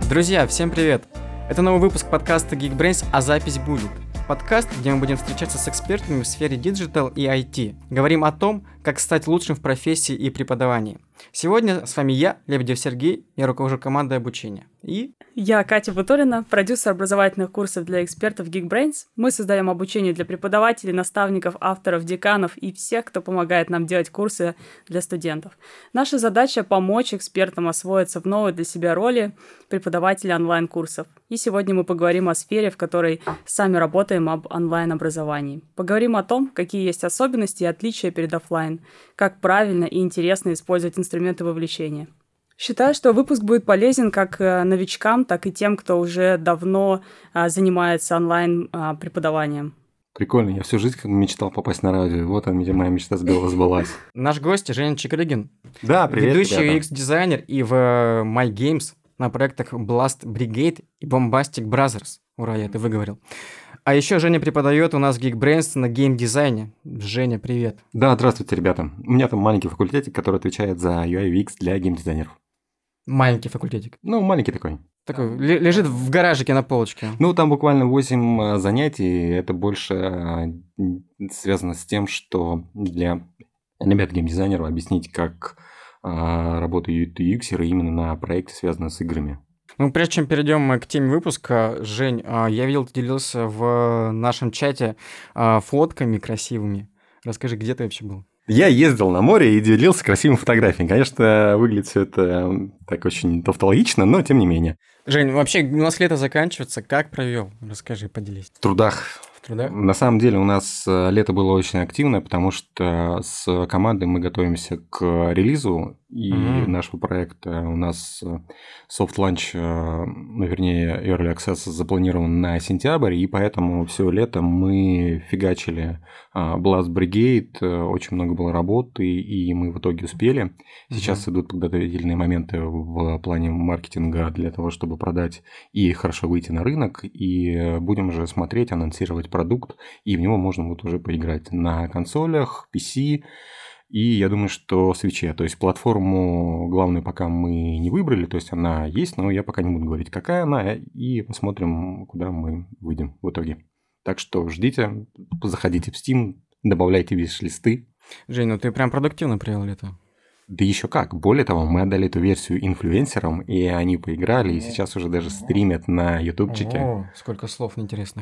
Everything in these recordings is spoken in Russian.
Друзья, всем привет! Это новый выпуск подкаста Geekbrains, а запись будет. Подкаст, где мы будем встречаться с экспертами в сфере Digital и IT. Говорим о том, как стать лучшим в профессии и преподавании. Сегодня с вами я, Лебедев Сергей, я руковожу командой обучения. И... Я Катя Буторина, продюсер образовательных курсов для экспертов Geekbrains. Мы создаем обучение для преподавателей, наставников, авторов, деканов и всех, кто помогает нам делать курсы для студентов. Наша задача — помочь экспертам освоиться в новой для себя роли преподавателя онлайн-курсов. И сегодня мы поговорим о сфере, в которой сами работаем, об онлайн-образовании. Поговорим о том, какие есть особенности и отличия перед офлайн, как правильно и интересно использовать инструменты вовлечения. Считаю, что выпуск будет полезен как новичкам, так и тем, кто уже давно занимается онлайн-преподаванием. Прикольно, я всю жизнь мечтал попасть на радио, вот моя мечта сбылась. Наш гость Женя Чикрыгин. Да, привет, ведущий ребята. UX-дизайнер и в MyGames на проектах Blast Brigade и Bombastic Brothers. Ура, я это выговорил. А еще Женя преподает у нас в Geekbrains на гейм-дизайне. Женя, привет. Да, здравствуйте, ребята. У меня там маленький факультетик, который отвечает за UI UX для гейм-дизайнеров. Маленький факультетик. Ну, маленький такой. Такой, лежит в гаражике на полочке. Ну, там буквально 8 занятий. Это больше связано с тем, что для ребят геймдизайнеров объяснить, как работают UX-еры именно на проекте, связанном с играми. Ну, прежде чем перейдем к теме выпуска, Жень, я видел, ты делился в нашем чате фотками красивыми. Расскажи, где ты вообще был? Я ездил на море и делился красивыми фотографиями. Конечно, выглядит все это так очень тавтологично, но тем не менее. Жень, вообще у нас лето заканчивается. Как провел? Расскажи, поделись. В трудах. Да? На самом деле у нас лето было очень активное, потому что с командой мы готовимся к релизу и нашего проекта. У нас софт-ланч, вернее, Early Access запланирован на сентябрь, и поэтому все лето мы фигачили Blast Brigade, очень много было работы, и мы в итоге успели. Сейчас идут подготовительные моменты в плане маркетинга для того, чтобы продать и хорошо выйти на рынок, и будем уже смотреть, анонсировать продукт, и в него можно будет уже поиграть на консолях, PC, и я думаю, что свитче. То есть платформу главную пока мы не выбрали, то есть она есть, но я пока не буду говорить, какая она, и посмотрим, куда мы выйдем в итоге. Так что ждите, заходите в Steam, добавляйте виш-листы. Жень, ну ты прям продуктивно провел лето. Да еще как. Более того, мы отдали эту версию инфлюенсерам, и они поиграли, и сейчас уже даже стримят на ютубчике. О, сколько слов интересных.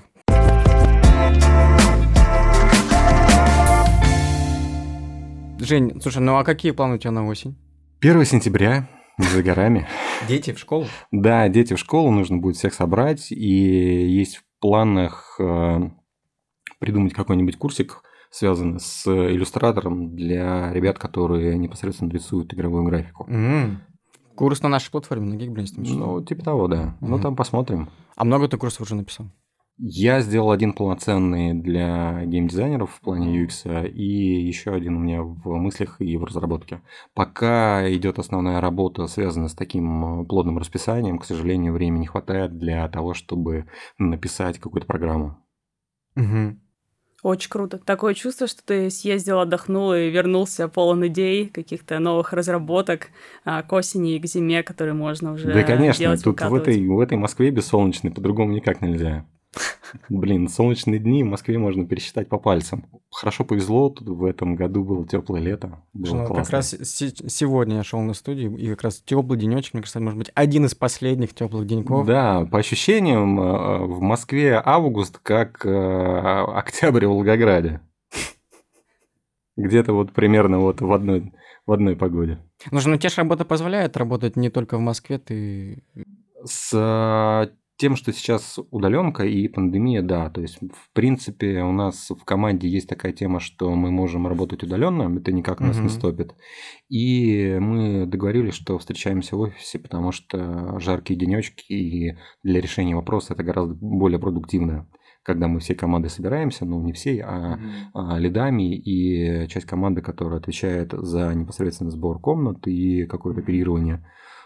Жень, слушай, ну а какие планы у тебя на осень? 1 сентября, не за горами. Дети в школу? Да, дети в школу, нужно будет всех собрать, и есть в планах придумать какой-нибудь курсик, связанный с иллюстратором для ребят, которые непосредственно рисуют игровую графику. Курс на нашей платформе, на Geekbrains? Ну, типа того, да. Ну, там посмотрим. А много ты курсов уже написал? Я сделал один полноценный для геймдизайнеров в плане UX, и еще один у меня в мыслях и в разработке. Пока идет основная работа, связанная с таким плотным расписанием, к сожалению, времени не хватает для того, чтобы написать какую-то программу. Очень круто. Такое чувство, что ты съездил, отдохнул и вернулся полон идей, каких-то новых разработок к осени и к зиме, которые можно уже Да, конечно, делать, тут в этой Москве бессолнечной по-другому никак нельзя. Блин, солнечные дни в Москве можно пересчитать по пальцам. Хорошо повезло, тут в этом году было теплое лето. Было классно. Как раз сегодня я шел на студию, и как раз теплый денечек, мне кажется, может быть, один из последних теплых деньков. Да, по ощущениям, в Москве август как октябрь в Волгограде. Где-то вот примерно вот в одной погоде. Ну, тебе же работа позволяет работать не только в Москве, ты... С тем, что сейчас удаленка и пандемия, да. То есть, в принципе, у нас в команде есть такая тема, что мы можем работать удаленно, это никак нас не стопит. И мы договорились, что встречаемся в офисе, потому что жаркие денечки и для решения вопроса это гораздо более продуктивно. Когда мы всей командой собираемся, ну не всей, а лидами и часть команды, которая отвечает за непосредственно сбор комнат и какое-то оперирование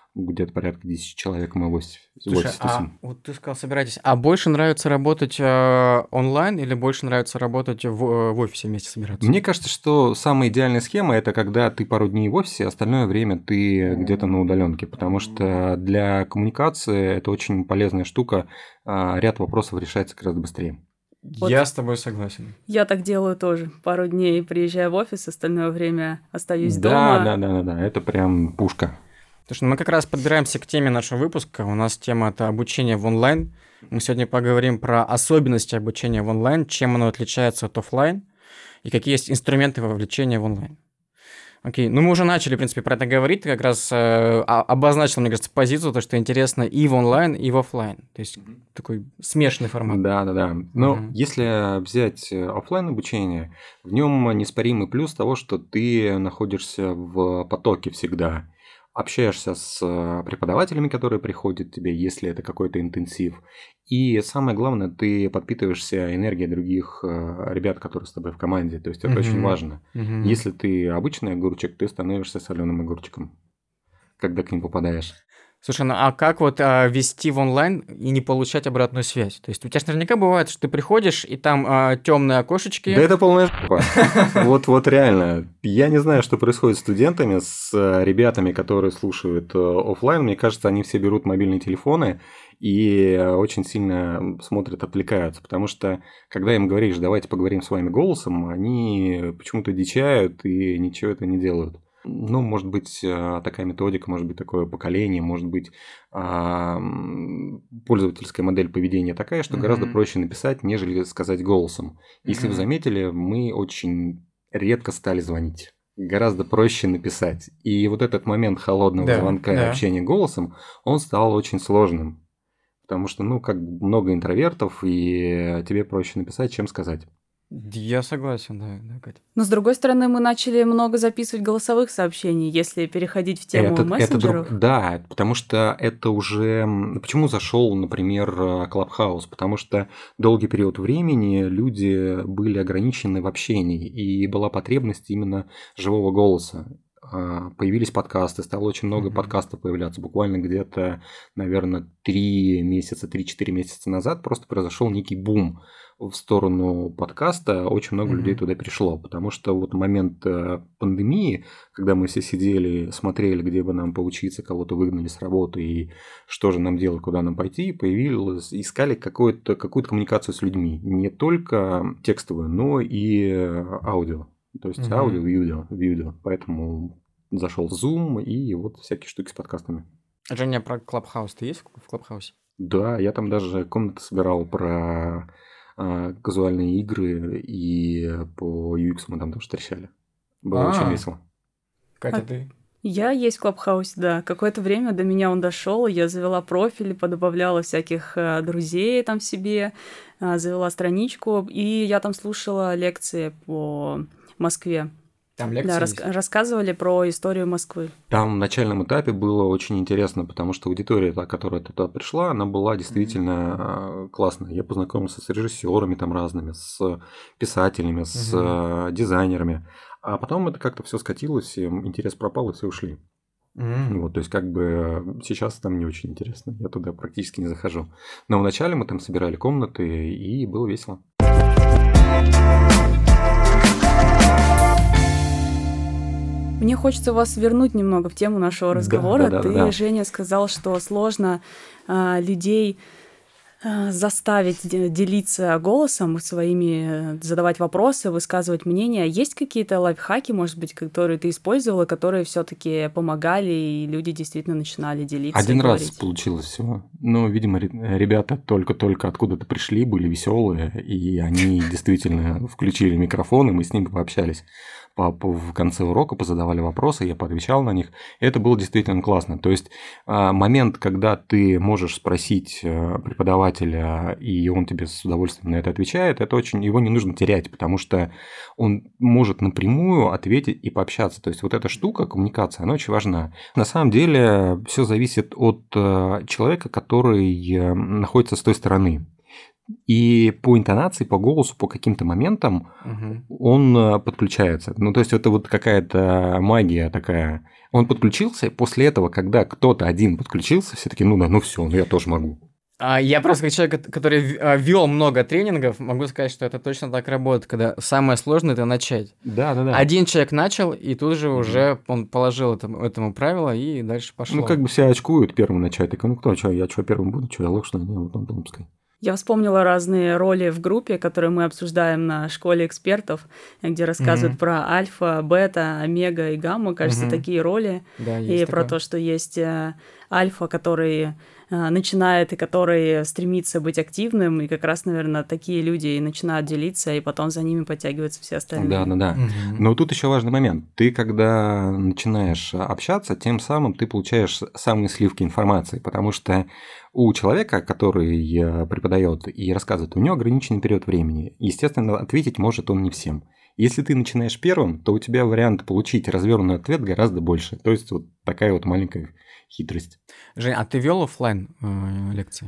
где-то порядка 10 человек мы в офисе. Слушай, вот ты сказал, собираетесь. А больше нравится работать онлайн или больше нравится работать в офисе вместе собираться? Мне кажется, что самая идеальная схема – это когда ты пару дней в офисе, остальное время ты где-то на удаленке, потому что для коммуникации это очень полезная штука, ряд вопросов решается гораздо быстрее. Я с тобой согласен. Я так делаю тоже. Пару дней приезжаю в офис, остальное время остаюсь дома. Да, это прям пушка. Слушай, мы как раз подбираемся к теме нашего выпуска. У нас тема – это обучение в онлайн. Мы сегодня поговорим про особенности обучения в онлайн, чем оно отличается от офлайн и какие есть инструменты вовлечения в онлайн. Окей, ну мы уже начали, в принципе, про это говорить. Ты как раз обозначил, мне кажется, позицию, то, что интересно и в онлайн, и в офлайн. То есть такой смешанный формат. Да. Но если взять офлайн обучение, в нем неоспоримый плюс того, что ты находишься в потоке всегда. Общаешься с преподавателями, которые приходят к тебе, если это какой-то интенсив. И самое главное, ты подпитываешься энергией других ребят, которые с тобой в команде. То есть это очень важно. Если ты обычный огурчик, ты становишься соленым огурчиком, когда к ним попадаешь. Слушай, ну а как вот вести в онлайн и не получать обратную связь? То есть у тебя же наверняка бывает, что ты приходишь, и там темные окошечки. Да это полная шпа. Вот реально. Я не знаю, что происходит с студентами, с ребятами, которые слушают офлайн. Мне кажется, они все берут мобильные телефоны и очень сильно смотрят, отвлекаются. Потому что, когда им говоришь, давайте поговорим с вами голосом, они почему-то дичают и ничего этого не делают. Ну, может быть, такая методика, может быть, такое поколение, может быть, пользовательская модель поведения такая, что гораздо проще написать, нежели сказать голосом. Если вы заметили, мы очень редко стали звонить. Гораздо проще написать. И вот этот момент холодного звонка и общения голосом, он стал очень сложным. Потому что, много интровертов, и тебе проще написать, чем сказать. Я согласен, да, Катя. Но, с другой стороны, мы начали много записывать голосовых сообщений, если переходить в тему мессенджеров. Да, потому что это уже... Почему зашел, например, Clubhouse? Потому что долгий период времени люди были ограничены в общении, и была потребность именно живого голоса. Появились подкасты, стало очень много подкастов появляться. Буквально где-то, наверное, 3-4 месяца назад просто произошел некий бум в сторону подкаста. Очень много людей туда перешло, потому что вот момент пандемии, когда мы все сидели, смотрели, где бы нам поучиться, кого-то выгнали с работы и что же нам делать, куда нам пойти, искали какую-то коммуникацию с людьми. Не только текстовую, но и аудио. То есть аудио, видео. Поэтому зашел в Zoom и вот всякие штуки с подкастами. Женя, про Clubhouse ты есть в Clubhouse? Да, я там даже комнаты собирал про казуальные игры, и по UX мы там тоже трещали. Было очень весело. Катя, ты? Я есть в Clubhouse, да. Какое-то время до меня он дошел, я завела профиль, подобавляла всяких друзей там себе, завела страничку, и я там слушала лекции по Москве. Там лекции есть? Рассказывали про историю Москвы. Там в начальном этапе было очень интересно, потому что аудитория, та, которая туда пришла, она была действительно классная. Я познакомился с режиссерами там разными, с писателями, с дизайнерами. А потом это как-то все скатилось, и интерес пропал, и все ушли. Вот, то есть, сейчас там не очень интересно. Я туда практически не захожу. Но вначале мы там собирали комнаты, и было весело. Мне хочется вас вернуть немного в тему нашего разговора. Да. Женя, сказал, что сложно людей заставить делиться голосом своими, задавать вопросы, высказывать мнения. Есть какие-то лайфхаки, может быть, которые ты использовала, которые все-таки помогали, и люди действительно начинали делиться? Один раз получилось всего. Но, видимо, ребята только-только откуда-то пришли, были веселые, и они действительно включили микрофон, и мы с ними пообщались. В конце урока позадавали вопросы, я поотвечал на них. И это было действительно классно. То есть момент, когда ты можешь спросить преподавателя, и он тебе с удовольствием на это отвечает, его не нужно терять, потому что он может напрямую ответить и пообщаться. То есть вот эта штука, коммуникация, она очень важна. На самом деле все зависит от человека, который находится с той стороны. и по интонации, по голосу, по каким-то моментам он подключается. Ну, то есть это вот какая-то магия такая. Он подключился, и после этого, когда кто-то один подключился, все таки ну все, я тоже могу. Я просто как человек, который вел много тренингов, могу сказать, что это точно так работает, когда самое сложное – это начать. Да. Один человек начал, и тут же уже он положил этому правило, и дальше пошло. Ну, как бы все очкуют первым начать. Так, я первым буду, я лучше, вот он пускай. Я вспомнила разные роли в группе, которые мы обсуждаем на школе экспертов, где рассказывают про альфа, бета, омега и гамма, кажется, такие роли. Да, и про то, что есть альфа, который начинает и который стремится быть активным, и как раз, наверное, такие люди и начинают делиться, и потом за ними подтягиваются все остальные. Да. Но тут еще важный момент. Ты, когда начинаешь общаться, тем самым ты получаешь самые сливки информации, потому что у человека, который преподает и рассказывает, у него ограниченный период времени. Естественно, ответить может он не всем. Если ты начинаешь первым, то у тебя вариант получить развернутый ответ гораздо больше. То есть вот такая вот маленькая хитрость. Жень, а ты вел офлайн лекции?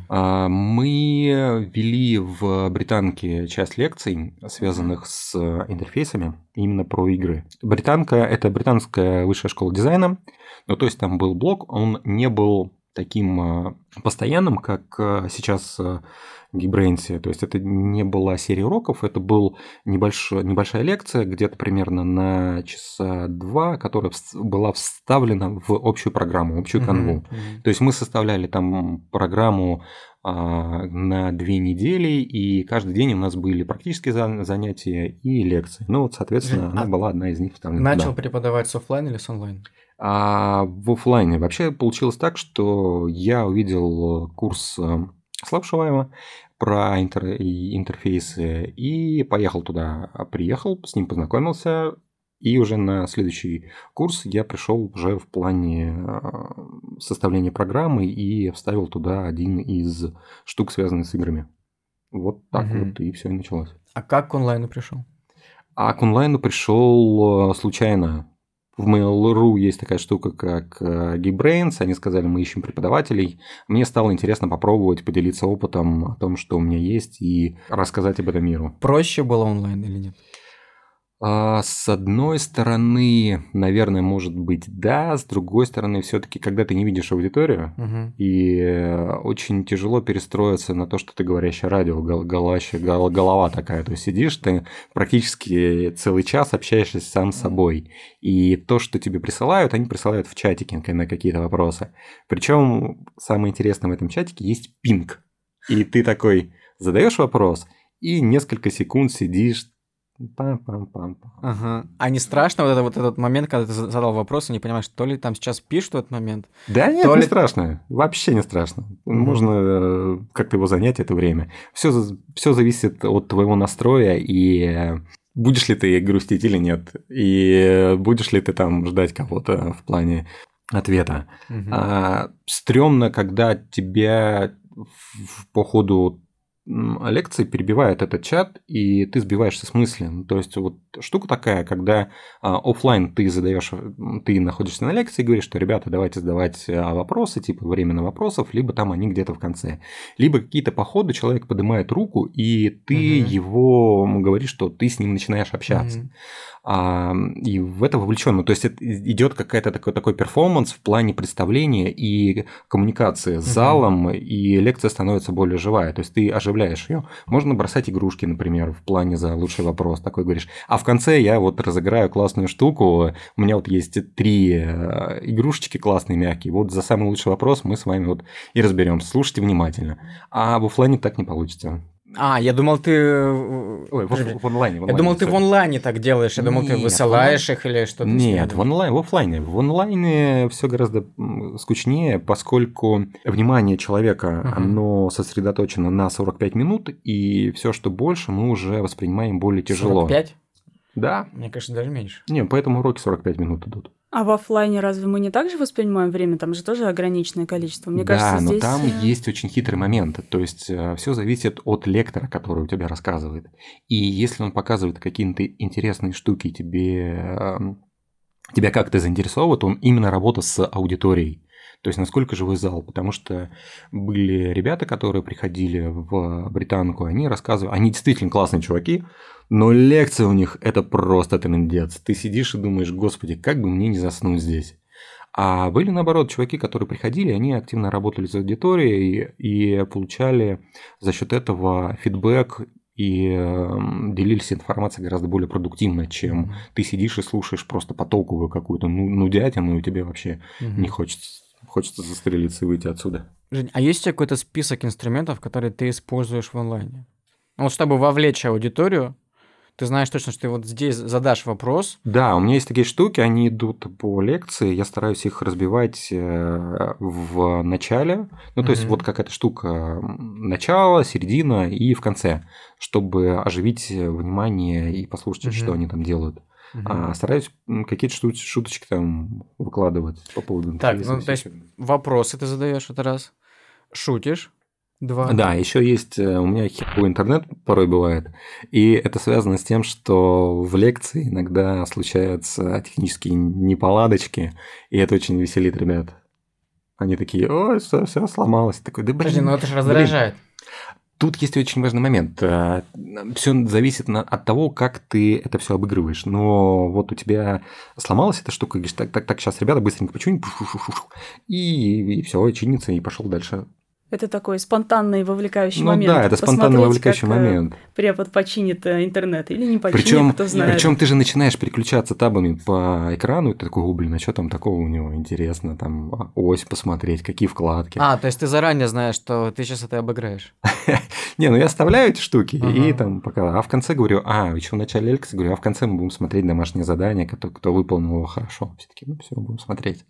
Мы вели в Британке часть лекций, связанных с интерфейсами, именно про игры. Британка – это британская высшая школа дизайна. Ну, то есть там был блок, он не был таким постоянным, как сейчас в Geekbrains. То есть это не была серия уроков, это была небольшая лекция, где-то примерно на часа 2, которая была вставлена в общую программу, общую канву. То есть мы составляли там программу на 2 недели, и каждый день у нас были практические занятия и лекции. Ну вот, соответственно, она была одна из них вставлена. Начал преподавать с офлайн или с онлайн? В офлайне. Вообще получилось так, что я увидел курс Слава Шуваева про интерфейсы и поехал туда. Приехал, с ним познакомился, и уже на следующий курс я пришел уже в плане составления программы и вставил туда один из штук, связанных с играми. Вот так вот и все и началось. А как к онлайну пришел? А к онлайну пришел случайно. В Mail.ru есть такая штука, как Geekbrains. Они сказали, мы ищем преподавателей. Мне стало интересно попробовать поделиться опытом о том, что у меня есть, и рассказать об этом миру. Проще было онлайн или нет? С одной стороны, наверное, может быть, да. С другой стороны, все-таки, когда ты не видишь аудиторию, и очень тяжело перестроиться на то, что ты говорящее радио, голова такая. То есть сидишь, ты практически целый час общаешься сам с собой. И то, что тебе присылают, они присылают в чатике на какие-то вопросы. Причем самое интересное в этом чатике есть пинг. И ты такой задаешь вопрос, и несколько секунд сидишь. Ага. А не страшно вот этот момент, когда ты задал вопрос и не понимаешь, то ли там сейчас пишут в этот момент? Да нет, не страшно. Вообще не страшно. Можно как-то его занять это время. Все зависит от твоего настроя и будешь ли ты грустить или нет. И будешь ли ты там ждать кого-то в плане ответа. Стрёмно, когда тебя по ходу лекции перебивает этот чат, и ты сбиваешься с мысли. То есть вот штука такая, когда офлайн ты находишься на лекции и говоришь, что ребята, давайте задавать вопросы, типа время на вопросов, либо там они где-то в конце. Либо какие-то по ходу человек поднимает руку, и ты его говоришь, что ты с ним начинаешь общаться. И в это вовлечен. Ну, то есть идет какой-то такой перформанс в плане представления и коммуникации с залом, и лекция становится более живая. То есть ты оживляешь ее. Можно бросать игрушки, например, в плане за лучший вопрос. Такой говоришь. А в конце я вот разыграю классную штуку. У меня вот есть 3 игрушечки классные, мягкие. Вот за самый лучший вопрос мы с вами вот и разберемся. Слушайте внимательно. А в офлайне так не получится. Я думал, ты... Ой, в онлайне. Я думал, ты в онлайне так делаешь. Я думал, ты высылаешь их или что-то. Нет, в офлайне. В онлайне все гораздо скучнее, поскольку внимание человека, оно сосредоточено на 45 минут, и все, что больше, мы уже воспринимаем более тяжело. 45? Да. Мне кажется, даже меньше. Не, поэтому уроки 45 минут идут. А в офлайне разве мы не так же воспринимаем время? Там же тоже ограниченное количество. Мне да, кажется, здесь... но там есть очень хитрый момент. То есть все зависит от лектора, который у тебя рассказывает. И если он показывает какие-то интересные штуки, тебя как-то заинтересовывает, он именно работа с аудиторией. То есть, насколько живой зал. Потому что были ребята, которые приходили в британку, они рассказывали, они действительно классные чуваки, но лекции у них это просто трындец. Ты сидишь и думаешь, господи, как бы мне не заснуть здесь. А были, наоборот, чуваки, которые приходили, они активно работали с аудиторией и получали за счет этого фидбэк и делились информацией гораздо более продуктивно, чем ты сидишь и слушаешь просто потоковую какую-то нудятину, и тебе вообще не хочется застрелиться и выйти отсюда. Жень, а есть у тебя какой-то список инструментов, которые ты используешь в онлайне? Вот чтобы вовлечь аудиторию, ты знаешь точно, что ты вот здесь задашь вопрос. Да, у меня есть такие штуки, они идут по лекции, я стараюсь их разбивать в начале, ну, то есть вот какая-то штука начало, середина и в конце, чтобы оживить внимание и послушать, что они там делают. Стараюсь какие-то шуточки там выкладывать по поводу... Так, ну, то есть вопросы ты задаешь, это раз, шутишь, два. Да, еще есть у меня херовый интернет порой бывает, и это связано с тем, что в лекции иногда случаются технические неполадочки, и это очень веселит ребят. Они такие, ой, все сломалось. Такой, да блин. Подожди, ну это же раздражает. Тут есть очень важный момент. Все зависит от того, как ты это все обыгрываешь. Но вот у тебя сломалась эта штука, говоришь, так, сейчас ребята быстренько починят, и все, чинится, и пошел дальше. Это такой спонтанный вовлекающий момент. Ну да, это спонтанный вовлекающий момент. Препод починит интернет или не починит, кто знает. Причем ты же начинаешь переключаться табами по экрану, и ты такой, блин, а что там такого у него интересно, там ось посмотреть, какие вкладки. То есть ты заранее знаешь, что ты сейчас это обыграешь. Не, ну я оставляю эти штуки, и там пока. А в конце говорю, еще в начале лекции говорю, а в конце мы будем смотреть домашнее задание, кто выполнил его хорошо. Все таки, все, будем смотреть.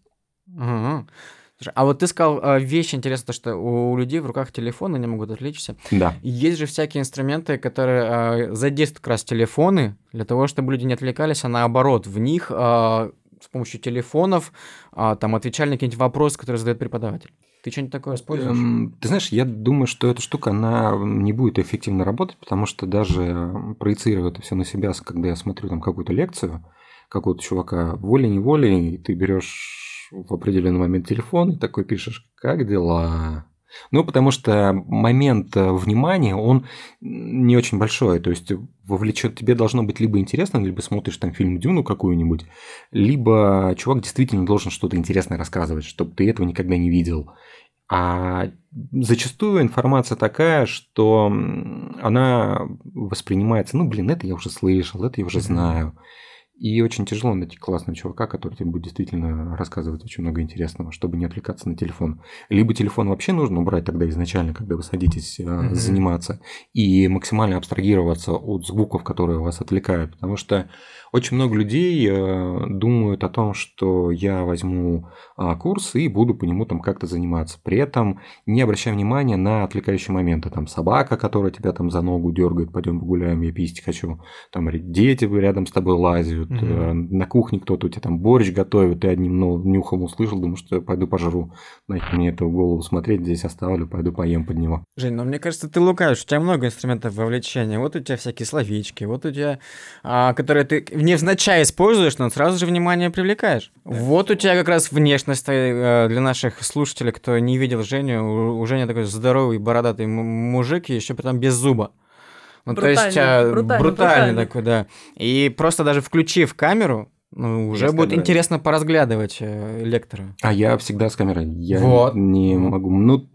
А вот ты сказал вещь интересная, что у людей в руках телефоны, они могут отвлечься. Да. Есть же всякие инструменты, которые задействуют как раз телефоны для того, чтобы люди не отвлекались, а наоборот, в них с помощью телефонов там отвечали на какие-нибудь вопросы, которые задает преподаватель. Ты что-нибудь такое используешь? Ты знаешь, я думаю, что эта штука, она не будет эффективно работать, потому что даже проецирую это все на себя, когда я смотрю там какую-то лекцию, какого-то чувака, волей-неволей, ты берешь в определенный момент телефон и такой пишешь, как дела? Ну, потому что момент внимания, он не очень большой, то есть вовлечет, тебе должно быть либо интересно, либо смотришь там фильм «Дюну» какую-нибудь, либо чувак действительно должен что-то интересное рассказывать, чтобы ты этого никогда не видел. А зачастую информация такая, что она воспринимается, это я уже слышал, это я уже знаю. И очень тяжело найти классного чувака, который тебе будет действительно рассказывать очень много интересного, чтобы не отвлекаться на телефон. Либо телефон вообще нужно убрать тогда изначально, когда вы садитесь заниматься, и максимально абстрагироваться от звуков, которые вас отвлекают. Потому что очень много людей думают о том, что я возьму курс и буду по нему там как-то заниматься. При этом не обращая внимания на отвлекающие моменты. Там собака, которая тебя там за ногу дергает, пойдем погуляем, я писать хочу. Там дети рядом с тобой лазят. На кухне кто-то у тебя там борщ готовит, ты одним нюхом услышал, думаешь, что пойду пожру. Нахер мне это в голову смотреть, здесь оставлю, пойду поем под него. Жень, мне кажется, ты лукавишь, у тебя много инструментов вовлечения. Вот у тебя всякие словечки, вот у тебя, которые ты невзначай используешь, но сразу же внимание привлекаешь. Вот у тебя как раз внешность для наших слушателей, кто не видел Женю, у Жени такой здоровый бородатый мужик, и еще потом без зуба. Брутальный такой, да. И просто даже включив камеру, уже будет интересно поразглядывать лектора. А я всегда с камерой. Я не могу.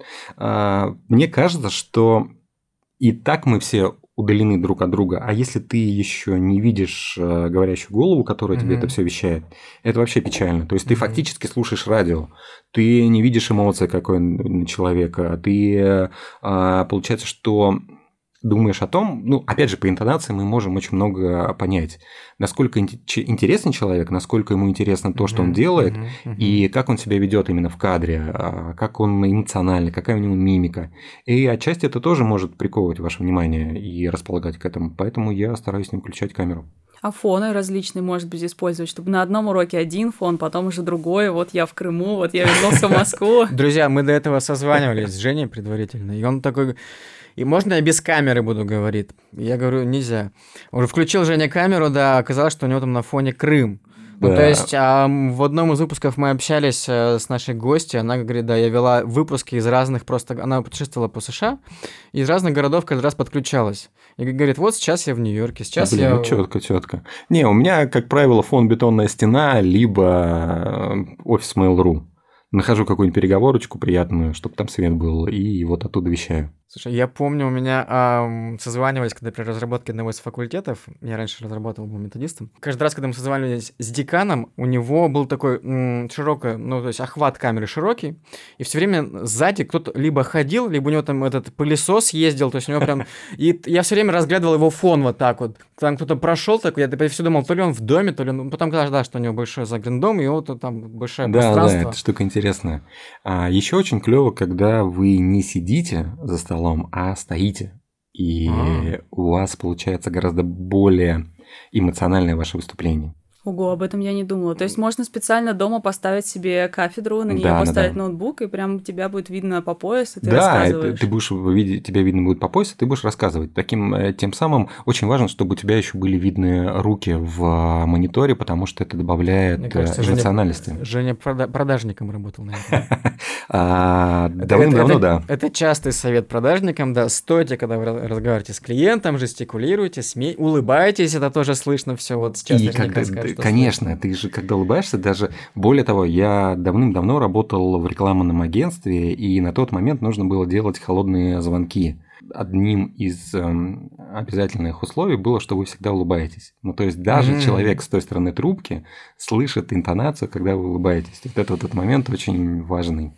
Мне кажется, что и так мы все удалены друг от друга. А если ты еще не видишь говорящую голову, которая тебе это все вещает, это вообще печально. То есть ты фактически слушаешь радио, ты не видишь эмоции какой на человека, ты получается, что думаешь о том, опять же, по интонации мы можем очень много понять, насколько интересен человек, насколько ему интересно то, что он делает, и как он себя ведет именно в кадре, как он эмоциональный, какая у него мимика. И отчасти это тоже может приковывать ваше внимание и располагать к этому. Поэтому я стараюсь не включать камеру. А фоны различные, может быть, использовать, чтобы на одном уроке один фон, потом уже другой. Вот я в Крыму, вот я вернулся в Москву. Друзья, мы до этого созванивались с Женей предварительно, и он такой... И можно я без камеры буду говорить? Я говорю, нельзя. Уже включил Женя камеру, да, оказалось, что у него там на фоне Крым. Ну, то есть в одном из выпусков мы общались с нашей гостьей, она говорит, да, я вела выпуски из разных просто... Она путешествовала по США, из разных городов каждый раз подключалась. И говорит, вот сейчас я в Нью-Йорке, сейчас Блин, я... ну четко. Не, у меня, как правило, фон бетонная стена, либо офис Mail.ru. Нахожу какую-нибудь переговорочку приятную, чтобы там свет был, и вот оттуда вещаю. Слушай, я помню, у меня созванивались, когда при разработке одного из факультетов, я раньше разрабатывал, был методистом, каждый раз, когда мы созванивались с деканом, у него был такой широкий, ну, то есть охват камеры широкий, и все время сзади кто-то либо ходил, либо у него там этот пылесос ездил, то есть у него прям... И я все время разглядывал его фон вот так вот. Там кто-то прошел такой, я все думал, то ли он в доме, то ли он... Потом казалось, да, что у него большой загородный дом, и вот там большое пространство. Да, эта штука интересная. Еще очень клево, когда вы не сидите за столом, а стоите. И у вас получается гораздо более эмоциональное ваше выступление. Ого, об этом я не думала. То есть можно специально дома поставить себе кафедру, на нее поставить ноутбук, и прям тебя будет видно по пояс, и ты рассказываешь. Да, ты будешь видеть, тебя видно будет по пояс, и ты будешь рассказывать. Тем самым очень важно, чтобы у тебя еще были видны руки в мониторе, потому что это добавляет эмоциональности. Женя продажником работал, наверное. Давным-давно, да. Это частый совет продажникам, да. Стойте, когда вы разговариваете с клиентом, жестикулируйте, улыбайтесь, это тоже слышно все. Вот сейчас наверняка скажут. Конечно, ты же когда улыбаешься, даже более того, я давным-давно работал в рекламном агентстве, и на тот момент нужно было делать холодные звонки. Одним из обязательных условий было, что вы всегда улыбаетесь. Ну, то есть даже человек с той стороны трубки слышит интонацию, когда вы улыбаетесь. Вот этот момент очень важный.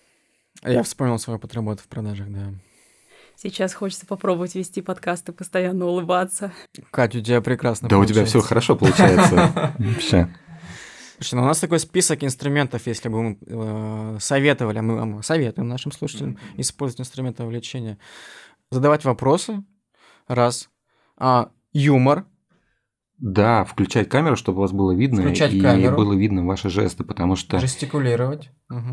Я вспомнил свой опыт работы в продажах, да. Сейчас хочется попробовать вести подкасты, постоянно улыбаться. Катя, у тебя прекрасно получается. Да, у тебя все хорошо получается. Вообще. Слушай, ну у нас такой список инструментов, если бы мы советовали, мы советуем нашим слушателям использовать инструменты вовлечения. Задавать вопросы, раз. Юмор. Да, включать камеру, чтобы вас было видно, было видно ваши жесты, потому что... Жестикулировать.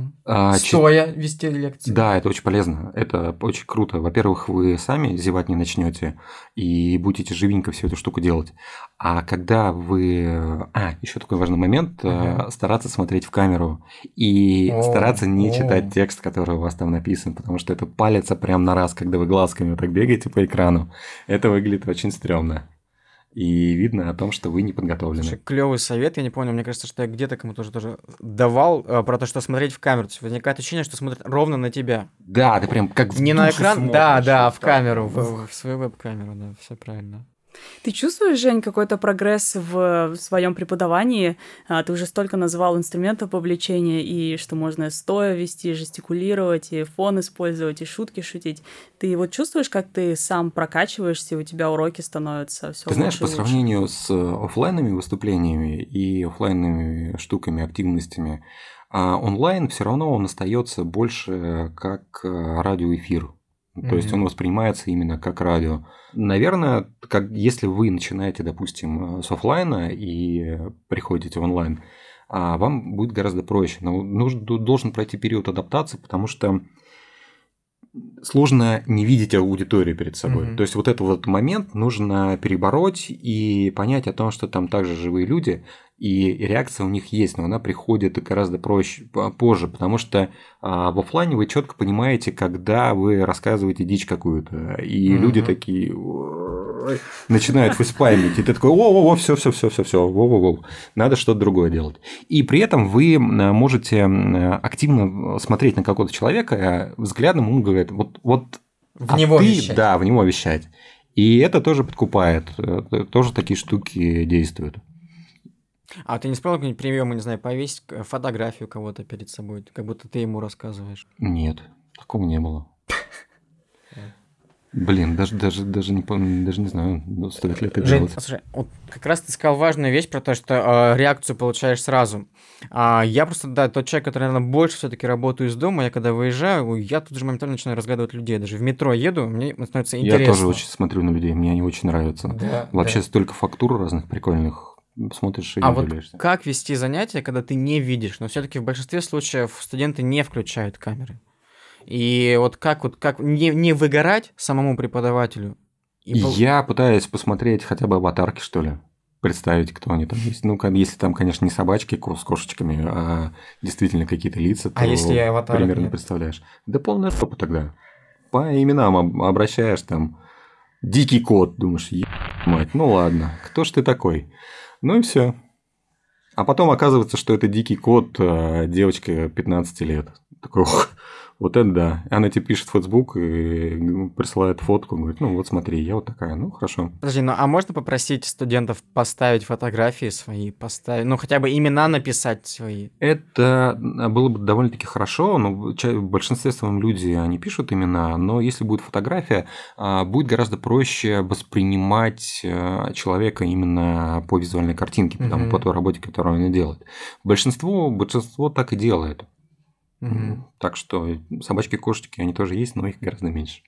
Стоя вести лекции. Да, это очень полезно, это очень круто. Во-первых, вы сами зевать не начнете и будете живенько всю эту штуку делать. А когда вы... еще такой важный момент, стараться смотреть в камеру и стараться не читать текст, который у вас там написан, потому что это палится прямо на раз, когда вы глазками вот так бегаете по экрану. Это выглядит очень стрёмно. И видно о том, что вы не подготовлены. Слушай, клёвый совет, я не помню, мне кажется, что я где-то кому-то тоже давал про то, что смотреть в камеру. То есть возникает ощущение, что смотрят ровно на тебя. Да, ты прям как в не на экран, смотришь, да, в камеру, в свою веб-камеру, да, все правильно. Ты чувствуешь, Жень, какой-то прогресс в своем преподавании? Ты уже столько называл инструментов вовлечения, и что можно стоя вести, жестикулировать, и фон использовать, и шутки шутить. Ты вот чувствуешь, как ты сам прокачиваешься, и у тебя уроки становятся все лучше? Ты знаешь, по сравнению с офлайнными выступлениями и офлайнными штуками, активностями, онлайн все равно он остается больше как радиоэфир. То есть он воспринимается именно как радио. Наверное, если вы начинаете, допустим, с офлайна и приходите в онлайн, вам будет гораздо проще. Но должен пройти период адаптации, потому что сложно не видеть аудиторию перед собой. То есть вот этот вот момент нужно перебороть и понять о том, что там также живые люди, и реакция у них есть, но она приходит гораздо позже, потому что в офлайне вы четко понимаете, когда вы рассказываете дичь какую-то, и люди такие начинают фейспальмить, и ты такой, все, надо что-то другое делать. И при этом вы можете активно смотреть на какого-то человека, взглядом ему говорят, вот в него вещать. Да, в него вещать. И это тоже подкупает, тоже такие штуки действуют. А ты не вспомнил какой-нибудь прием, не знаю, повесить фотографию кого-то перед собой, как будто ты ему рассказываешь? Нет, такого не было. Блин, даже не помню, даже не знаю, стоит ли это делать. Слушай, вот как раз ты сказал важную вещь про то, что реакцию получаешь сразу. Я просто, да, тот человек, который, наверное, больше все-таки работаю из дома, я когда выезжаю, я тут же моментально начинаю разглядывать людей. Даже в метро еду, мне становится интересно. Я тоже очень смотрю на людей, мне они очень нравятся. Да, вообще столько фактур разных прикольных. Смотришь и не удивляешься. Вот как вести занятия, когда ты не видишь? Но все-таки в большинстве случаев студенты не включают камеры. И вот как не выгорать самому преподавателю? Я пытаюсь посмотреть хотя бы аватарки, что ли. представить, кто они там есть. Ну, если там, конечно, не собачки с кошечками, а действительно какие-то лица, то если аватаров примерно нет? представляешь. Да полная жопа тогда. По именам обращаешь там дикий кот, думаешь, мать, ну ладно, кто ж ты такой? Ну и все. А потом оказывается, что это дикий кот, девочка 15 лет. Такой, вот это да. Она тебе пишет в Facebook и присылает фотку, говорит, ну вот смотри, я вот такая, ну хорошо. Подожди, ну а можно попросить студентов поставить фотографии свои, поставить, ну хотя бы имена написать свои? Это было бы довольно-таки хорошо, но в большинстве своем люди, они пишут имена, но если будет фотография, будет гораздо проще воспринимать человека именно по визуальной картинке, потому по той работе, которую он делает. Большинство так и делает. Так что собачки-кошечки, они тоже есть, но их гораздо меньше.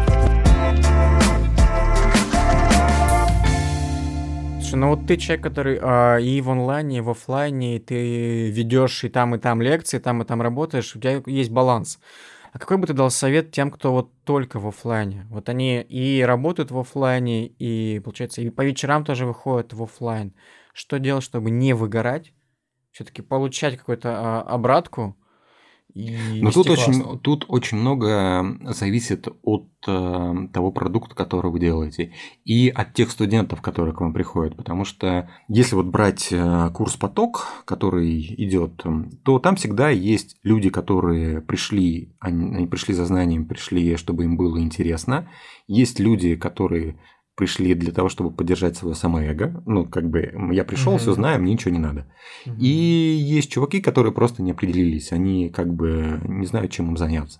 Слушай, ну вот ты человек, который и в онлайне, и в офлайне, и ты ведешь и там лекции, и там работаешь, у тебя есть баланс. А какой бы ты дал совет тем, кто вот только в офлайне? Вот они и работают в офлайне, и, получается, и по вечерам тоже выходят в офлайн. Что делать, чтобы не выгорать, все-таки получать какую-то обратку и Но вести классно? тут очень много зависит от того продукта, который вы делаете, и от тех студентов, которые к вам приходят. Потому что если вот брать курс «Поток», который идет, то там всегда есть люди, которые пришли, они пришли за знанием, пришли, чтобы им было интересно. Есть люди, которые пришли для того, чтобы поддержать свое самоэго. Ну, как бы я пришел, все знаю, мне ничего не надо. И есть чуваки, которые просто не определились, они как бы не знают, чем им заняться.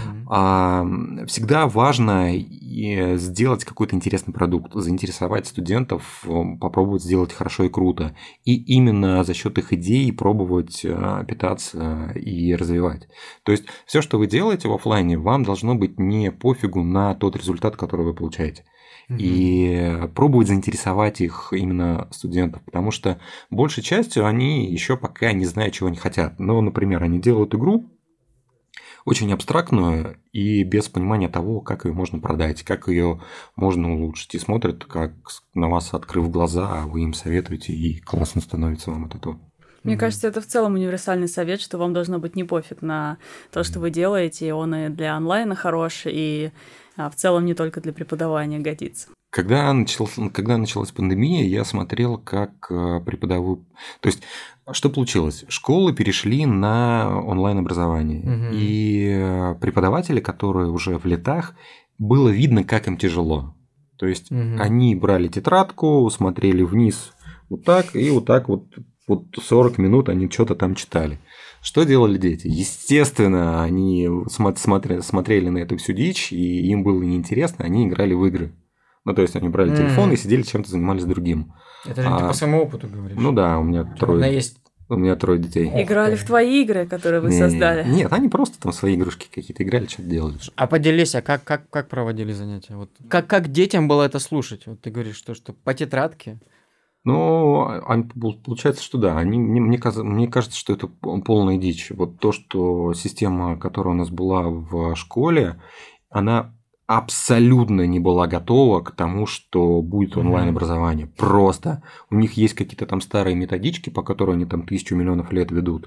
Всегда важно сделать какой-то интересный продукт, заинтересовать студентов, попробовать сделать хорошо и круто. И именно за счет их идей пробовать питаться и развивать. То есть все, что вы делаете в офлайне, вам должно быть не пофигу на тот результат, который вы получаете. И пробовать заинтересовать их именно студентов, потому что большей частью они еще пока не знают, чего они хотят. Ну, например, они делают игру очень абстрактную и без понимания того, как ее можно продать, как ее можно улучшить. И смотрят, как на вас, открыв глаза, а вы им советуете, и классно становится вам от этого. Мне кажется, это в целом универсальный совет, что вам должно быть не пофиг на то, что вы делаете, и он и для онлайна хорош, и в целом не только для преподавания годится. Когда началась пандемия, я смотрел, как преподавую... То есть, что получилось? Школы перешли на онлайн-образование. И преподаватели, которые уже в летах, было видно, как им тяжело. То есть, они брали тетрадку, смотрели вниз вот так, и вот так вот 40 минут они что-то там читали. Что делали дети? Естественно, они смотрели на эту всю дичь, и им было неинтересно, они играли в игры. Ну, то есть, они брали телефон и сидели чем-то занимались другим. Это же ты по своему опыту говоришь. Ну да, у меня трое детей. Играли в твои игры, которые вы создали? Нет, они просто там свои игрушки какие-то играли, что-то делали. А поделись, а как проводили занятия? Вот как детям было это слушать? Вот ты говоришь, что по тетрадке? Ну, получается, что да. Мне кажется, что это полная дичь. Вот то, что система, которая у нас была в школе, она абсолютно не была готова к тому, что будет онлайн-образование. Просто у них есть какие-то там старые методички, по которым они там 1000 миллионов лет ведут.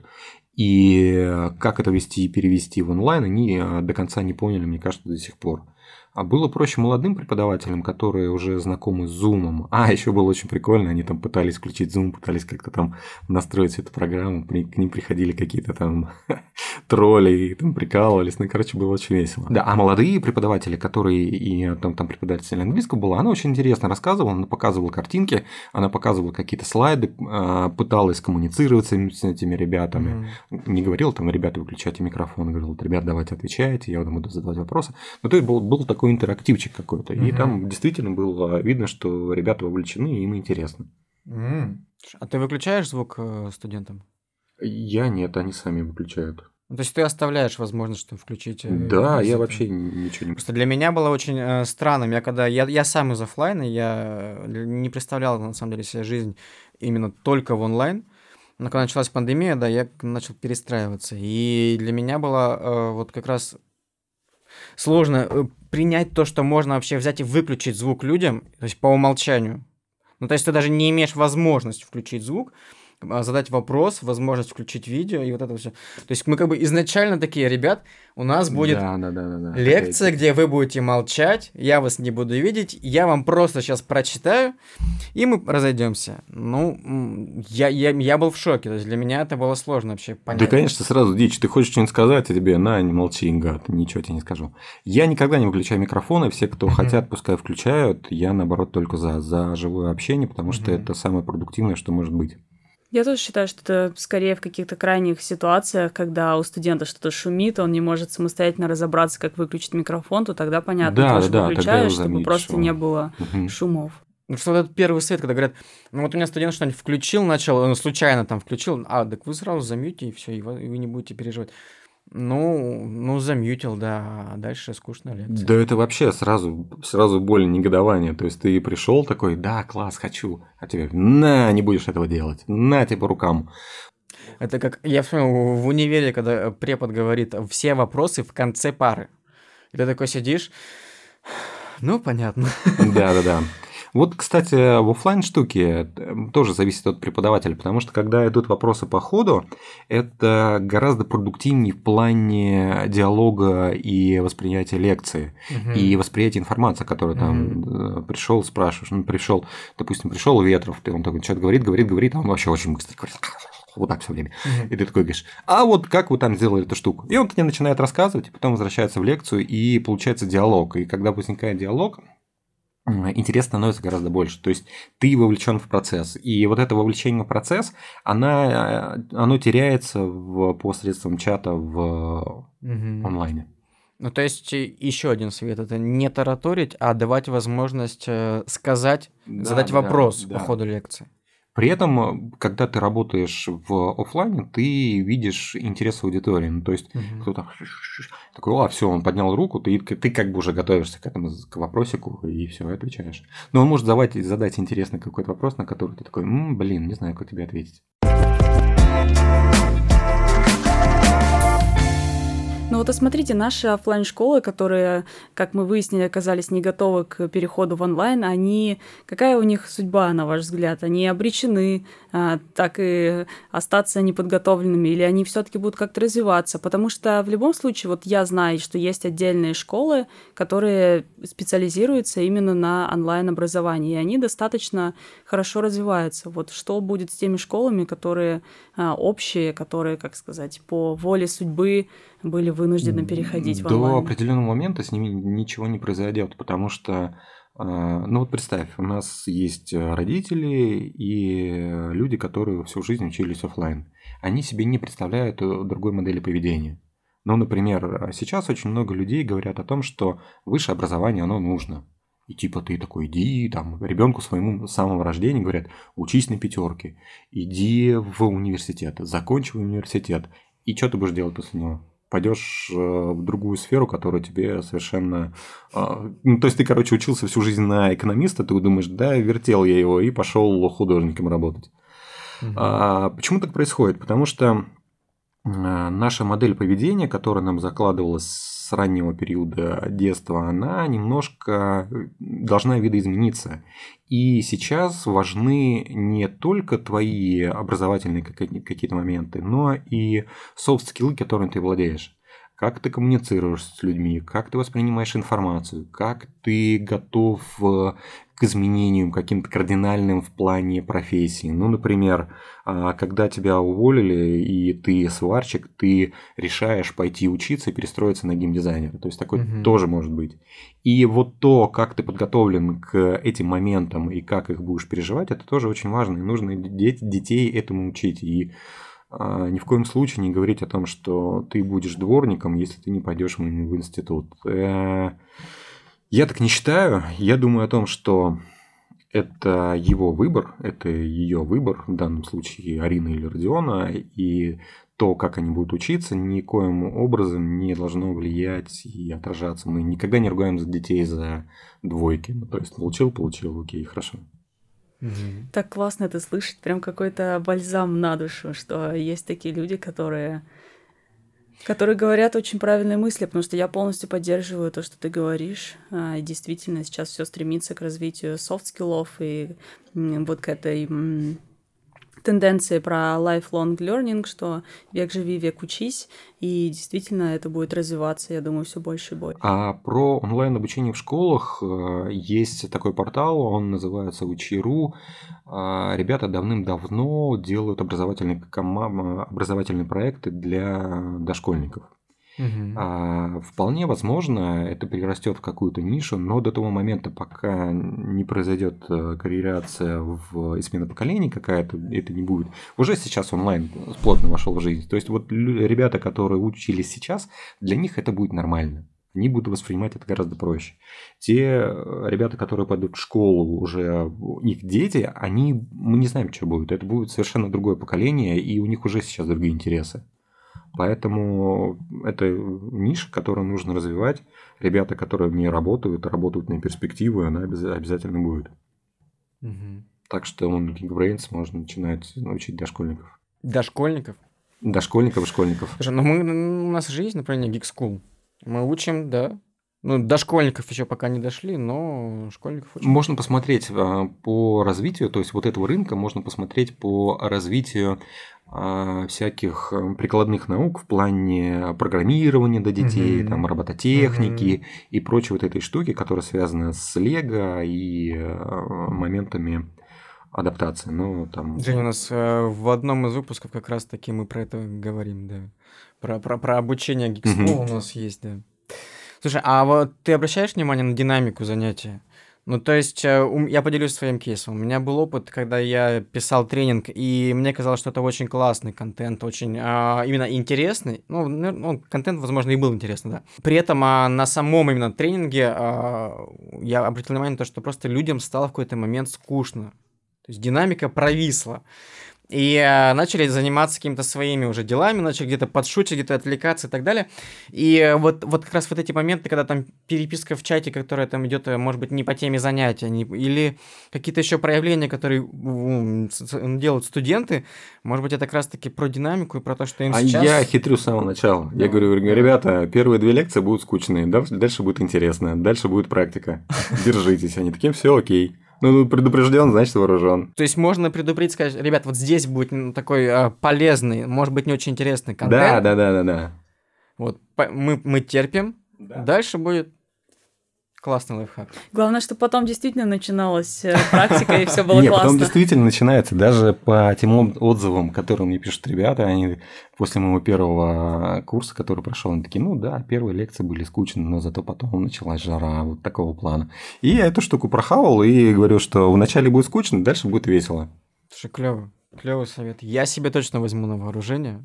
И как это вести и перевести в онлайн, они до конца не поняли, мне кажется, до сих пор. А было проще молодым преподавателям, которые уже знакомы с Zoom. А еще было очень прикольно, они там пытались включить Zoom, пытались как-то там настроить эту программу, к ним приходили какие-то там тролли и там прикалывались. Ну, короче, было очень весело. Да, а молодые преподаватели, которые и там преподаватель английского была, она очень интересно рассказывала, она показывала картинки, она показывала какие-то слайды, пыталась коммуницировать с этими ребятами. Не говорила там, ребята, выключайте микрофон, говорила, ребят, давайте отвечайте, я вам буду задавать вопросы. Ну, то есть был такой интерактивчик какой-то. И там действительно было видно, что ребята вовлечены, и им интересно. А ты выключаешь звук студентам? Я нет, они сами выключают. Ну, то есть ты оставляешь возможность, что включить? Да, я вообще ничего не... Просто для меня было очень странным. Я сам из офлайна, я не представлял, на самом деле, себе жизнь именно только в онлайн. Но когда началась пандемия, да, я начал перестраиваться. И для меня было вот как раз сложно принять то, что можно вообще взять и выключить звук людям, то есть по умолчанию. Ну, то есть ты даже не имеешь возможность включить звук, задать вопрос, возможность включить видео и вот это все. То есть мы как бы изначально такие, ребят, у нас будет Да. лекция, где вы будете молчать, я вас не буду видеть, я вам просто сейчас прочитаю, и мы разойдемся. Ну, я был в шоке, то есть для меня это было сложно вообще понять. Да, конечно, сразу дичь. Ты хочешь что-нибудь сказать, а тебе на, не молчи, гад, ничего тебе не скажу. Я никогда не выключаю микрофоны, все, кто хотят, пускай включают. Я, наоборот, только за живое общение, потому что это самое продуктивное, что может быть. Я тоже считаю, что это скорее в каких-то крайних ситуациях, когда у студента что-то шумит, он не может самостоятельно разобраться, как выключить микрофон, то тогда понятно, Да, ты уж да, выключаешь, тогда чтобы заметишь, просто что- не было Мгм. шумов. Ну, что вот этот первый совет, когда говорят, ну вот у меня студент что-нибудь включил, начал, он случайно там включил, так вы сразу замьюте, и все, и вы не будете переживать. Ну, замьютил, да, а дальше скучная лекция. Да это вообще сразу боль, негодование. То есть ты пришел такой, да, класс, хочу, а тебе на, не будешь этого делать, на тебе по рукам. Это как, я вспомнил в универе, когда препод говорит все вопросы в конце пары. И ты такой сидишь, ну, понятно. Да. Вот, кстати, в оффлайн штуке тоже зависит от преподавателя, потому что когда идут вопросы по ходу, это гораздо продуктивнее в плане диалога и восприятия лекции, и восприятия информации, которую там пришел, спрашиваешь. Ну, допустим, пришел Ветров, он такой что-то говорит, а он вообще очень быстро говорит. Вот так все время. И ты такой говоришь, а вот как вы там сделали эту штуку? И он тебе начинает рассказывать, потом возвращается в лекцию, и получается диалог. И когда возникает диалог, интерес становится гораздо больше. То есть ты вовлечен в процесс. И вот это вовлечение в процесс, оно теряется посредством чата в онлайне. Ну, то есть еще один совет, это не тараторить, а давать возможность сказать, задать вопрос по ходу лекции. При этом, когда ты работаешь в оффлайне, ты видишь интерес аудитории. Ну, то есть кто-то такой, все, он поднял руку, ты как бы уже готовишься к этому к вопросику и все, отвечаешь. Но он может задать интересный какой-то вопрос, на который ты такой, не знаю, как тебе ответить. Ну вот, смотрите, наши оффлайн-школы, которые, как мы выяснили, оказались не готовы к переходу в онлайн, какая у них судьба, на ваш взгляд? Они обречены так и остаться неподготовленными, или они все-таки будут как-то развиваться? Потому что в любом случае, вот я знаю, что есть отдельные школы, которые специализируются именно на онлайн-образовании, и они достаточно хорошо развиваются. Вот что будет с теми школами, которые общие, которые, как сказать, по воле судьбы были вынуждены переходить в онлайн? До определенного момента с ними ничего не произойдет, потому что, ну вот представь, у нас есть родители и люди, которые всю жизнь учились оффлайн. Они себе не представляют другой модели поведения. Ну, например, сейчас очень много людей говорят о том, что высшее образование, оно нужно. И типа ты такой, иди, там, ребенку своему с самого рождения говорят, учись на 5, иди в университет, закончи университет. И что ты будешь делать после него? Пойдешь в другую сферу, которая тебе совершенно... Ну, то есть ты, короче, учился всю жизнь на экономиста, ты думаешь, да, вертел я его и пошел художником работать. Почему так происходит? Потому что наша модель поведения, которая нам закладывалась с раннего периода детства, она немножко должна видоизмениться. И сейчас важны не только твои образовательные какие-то моменты, но и софт-скиллы, которыми ты владеешь. Как ты коммуницируешь с людьми, как ты воспринимаешь информацию, как ты готов к изменениям каким-то кардинальным в плане профессии. Ну, например, когда тебя уволили, и ты сварщик, ты решаешь пойти учиться и перестроиться на геймдизайнера. То есть такое тоже может быть. И вот то, как ты подготовлен к этим моментам и как их будешь переживать, это тоже очень важно. И нужно детей этому учить. И ни в коем случае не говорить о том, что ты будешь дворником, если ты не пойдешь в институт. Я так не считаю. Я думаю о том, что это его выбор, это ее выбор, в данном случае Арины или Родиона, и то, как они будут учиться, никоим образом не должно влиять и отражаться. Мы никогда не ругаем детей за двойки. Ну, то есть получил, окей, хорошо. Так классно это слышать, прям какой-то бальзам на душу, что есть такие люди, которые Которые говорят очень правильные мысли, потому что я полностью поддерживаю то, что ты говоришь. И действительно, сейчас все стремится к развитию софт-скиллов и вот к этой тенденции про lifelong learning, что век живи, век учись, и действительно это будет развиваться, я думаю, все больше и больше. А про онлайн-обучение в школах есть такой портал, он называется Учи.ру. Ребята давным-давно делают образовательные проекты для дошкольников. Вполне возможно, это перерастет в какую-то нишу, но до того момента, пока не произойдет корреляция и смена поколений какая-то, это не будет. Уже сейчас онлайн плотно вошел в жизнь. То есть вот ребята, которые учились сейчас, для них это будет нормально. Они будут воспринимать это гораздо проще. Те ребята, которые пойдут в школу, уже их дети, мы не знаем, что будет. Это будет совершенно другое поколение, и у них уже сейчас другие интересы. Поэтому это ниша, которую нужно развивать. Ребята, которые в ней работают на перспективу, она обязательно будет. Так что Geekbrains можно начинать учить дошкольников. Дошкольников? Дошкольников и школьников. Слушай, у нас же есть, например, Geek School. Мы учим, да. Дошкольников еще пока не дошли, но школьников учим. Можно посмотреть по развитию, то есть вот этого рынка можно посмотреть по развитию всяких прикладных наук в плане программирования для детей, там, робототехники и прочей вот этой штуки, которая связана с Лего и моментами адаптации. Женя, у нас в одном из выпусков как раз-таки мы про это говорим, да. Про обучение Geek School у нас есть, да. Слушай, а вот ты обращаешь внимание на динамику занятия? То есть, я поделюсь своим кейсом. У меня был опыт, когда я писал тренинг, и мне казалось, что это очень классный контент, очень именно интересный. Контент, возможно, и был интересный, да. При этом на самом именно тренинге я обратил внимание на то, что просто людям стало в какой-то момент скучно. То есть, динамика провисла. И начали заниматься какими-то своими уже делами, начали где-то подшутить, где-то отвлекаться и так далее. И вот как раз вот эти моменты, когда там переписка в чате, которая там идет, может быть, не по теме занятия, или какие-то еще проявления, которые делают студенты, может быть, это как раз-таки про динамику и про то, что им сейчас... Я хитрю с самого начала. Я говорю, ребята, первые 2 лекции будут скучные, дальше будет интересно, дальше будет практика. Держитесь. Они такие, все окей. Предупрежден, значит вооружен. То есть можно предупредить, сказать, ребят, вот здесь будет такой полезный, может быть, не очень интересный контент. Да. Вот мы терпим, дальше будет классный лайфхак. Главное, чтобы потом действительно начиналась практика, и все было классно. Потом действительно начинается. Даже по тем отзывам, которые мне пишут ребята, они после моего первого курса, который прошел, они такие, первые лекции были скучные, но зато потом началась жара вот такого плана. И я эту штуку прохавал и говорю, что вначале будет скучно, дальше будет весело. Слушай, клевый совет. Я себе точно возьму на вооружение.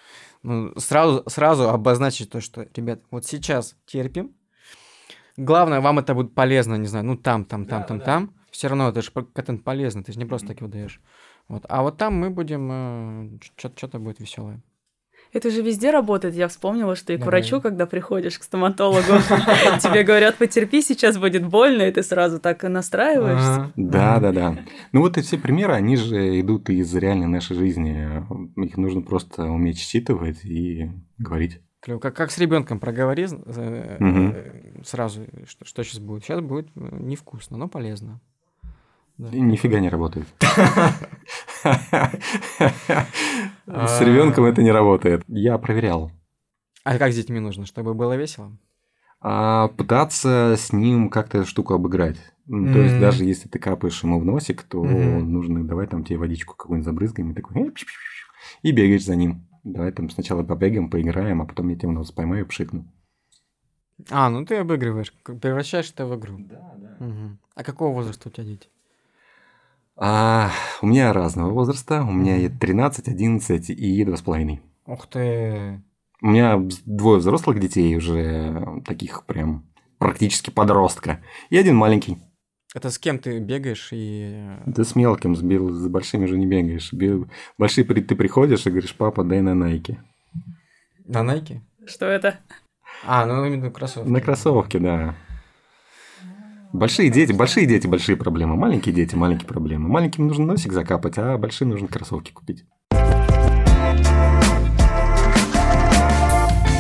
Сразу обозначить то, что, ребят, вот сейчас терпим. Главное, вам это будет полезно, не знаю, там. Все равно это же контент полезный, ты же не просто так его даешь. Вот. А вот там мы будем, что-то будет веселое. Это же везде работает. Я вспомнила, что и к врачу, когда приходишь к стоматологу, тебе говорят, потерпи, сейчас будет больно, и ты сразу так и настраиваешься. Да. Вот эти все примеры, они же идут из реальной нашей жизни. Их нужно просто уметь считывать и говорить. Как с ребенком проговори сразу, что сейчас будет. Сейчас будет невкусно, но полезно. Да. Нифига не работает. С ребенком это не работает. Я проверял. А как с детьми нужно, чтобы было весело? Пытаться с ним как-то эту штуку обыграть. То есть даже если ты капаешь ему в носик, то нужно давай там тебе водичку какую-нибудь забрызгаем и такой и бегаешь за ним. Давай там сначала побегаем, поиграем, а потом я тебя в нос поймаю и пшикну. Ты обыгрываешь, превращаешь это в игру. Да. А какого возраста у тебя дети? У меня разного возраста. У меня 13, 11 и 2,5. Ух ты! У меня 2 взрослых детей уже, таких прям практически подростка. И 1 маленький. Это с кем ты бегаешь и... Да с мелким, с большими же не бегаешь. Большие ты приходишь и говоришь, папа, дай на Найки. На Найки? Что это? Именно кроссовки. На кроссовки, да. Большие дети, большие проблемы. Маленькие дети, маленькие проблемы. Маленьким нужно носик закапать, а большим нужно кроссовки купить.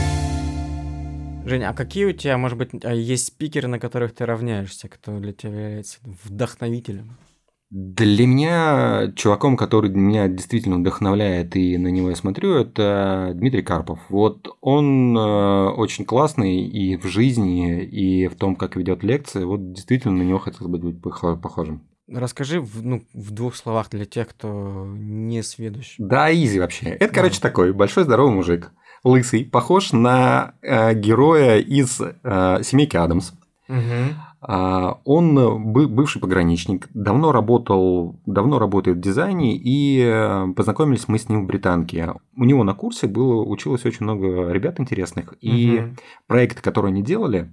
Женя, а какие у тебя, может быть, есть спикеры, на которых ты равняешься, кто для тебя является вдохновителем? Для меня чуваком, который меня действительно вдохновляет и на него я смотрю, это Дмитрий Карпов. Вот он очень классный и в жизни, и в том, как ведет лекции. Вот действительно на него хотелось быть похожим. Расскажи в 2 словах для тех, кто не сведущ. Да, изи вообще. Это, короче, такой большой здоровый мужик, лысый, похож на героя из «Семейки Адамс». Он бывший пограничник, давно работает в дизайне, и познакомились мы с ним в Британке. У него на курсе училось очень много ребят интересных, и проекты, которые они делали,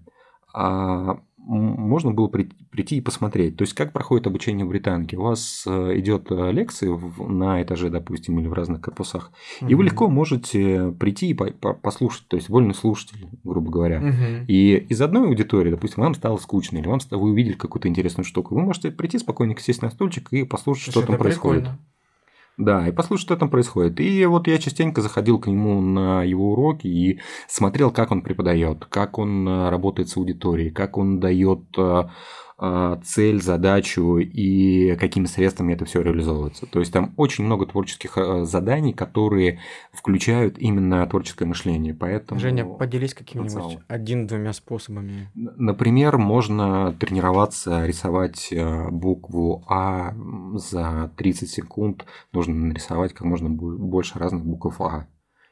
можно было прийти и посмотреть. То есть, как проходит обучение в Британке. У вас идет лекции на этаже, допустим, или в разных корпусах, и вы легко можете прийти и послушать, то есть, вольный слушатель, грубо говоря. И из одной аудитории, допустим, вам стало скучно, или вы увидели какую-то интересную штуку, вы можете прийти спокойненько, сесть на стульчик и послушать, что там происходит. Прикольно. Да, и послушать, что там происходит. И вот я частенько заходил к нему на его уроки и смотрел, как он преподает, как он работает с аудиторией, как он дает цель, задачу и какими средствами это все реализовывается. То есть там очень много творческих заданий, которые включают именно творческое мышление. Поэтому... Женя, поделись какими-нибудь 1-2 способами. Например, можно тренироваться, рисовать букву А за 30 секунд. Нужно нарисовать как можно больше разных букв А.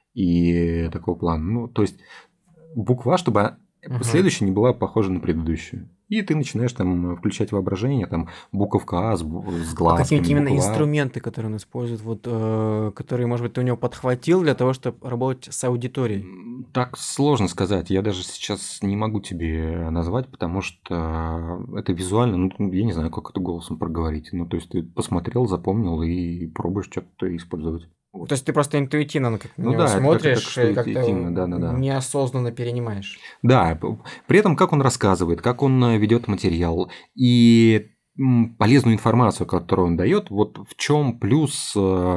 И такого плана. Ну, то есть буква А, чтобы следующая не была похожа на предыдущую. И ты начинаешь там включать воображение, там буковка А с глазками. Какие именно инструменты, которые он использует, которые, может быть, ты у него подхватил для того, чтобы работать с аудиторией? Так сложно сказать. Я даже сейчас не могу тебе назвать, потому что это визуально, я не знаю, как это голосом проговорить. Ну, то есть ты посмотрел, запомнил и пробуешь что-то использовать. Вот. То есть ты просто интуитивно на него смотришь и как-то неосознанно перенимаешь. Да, при этом как он рассказывает, как он ведет материал и полезную информацию, которую он дает. Вот в чем плюс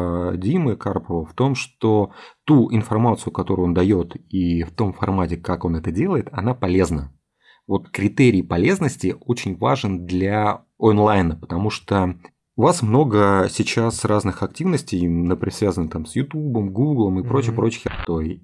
Димы Карпова в том, что ту информацию, которую он дает, и в том формате, как он это делает, она полезна. Вот критерий полезности очень важен для онлайна, потому что у вас много сейчас разных активностей, например, связанных там с Ютубом, Гуглом и прочей хертой.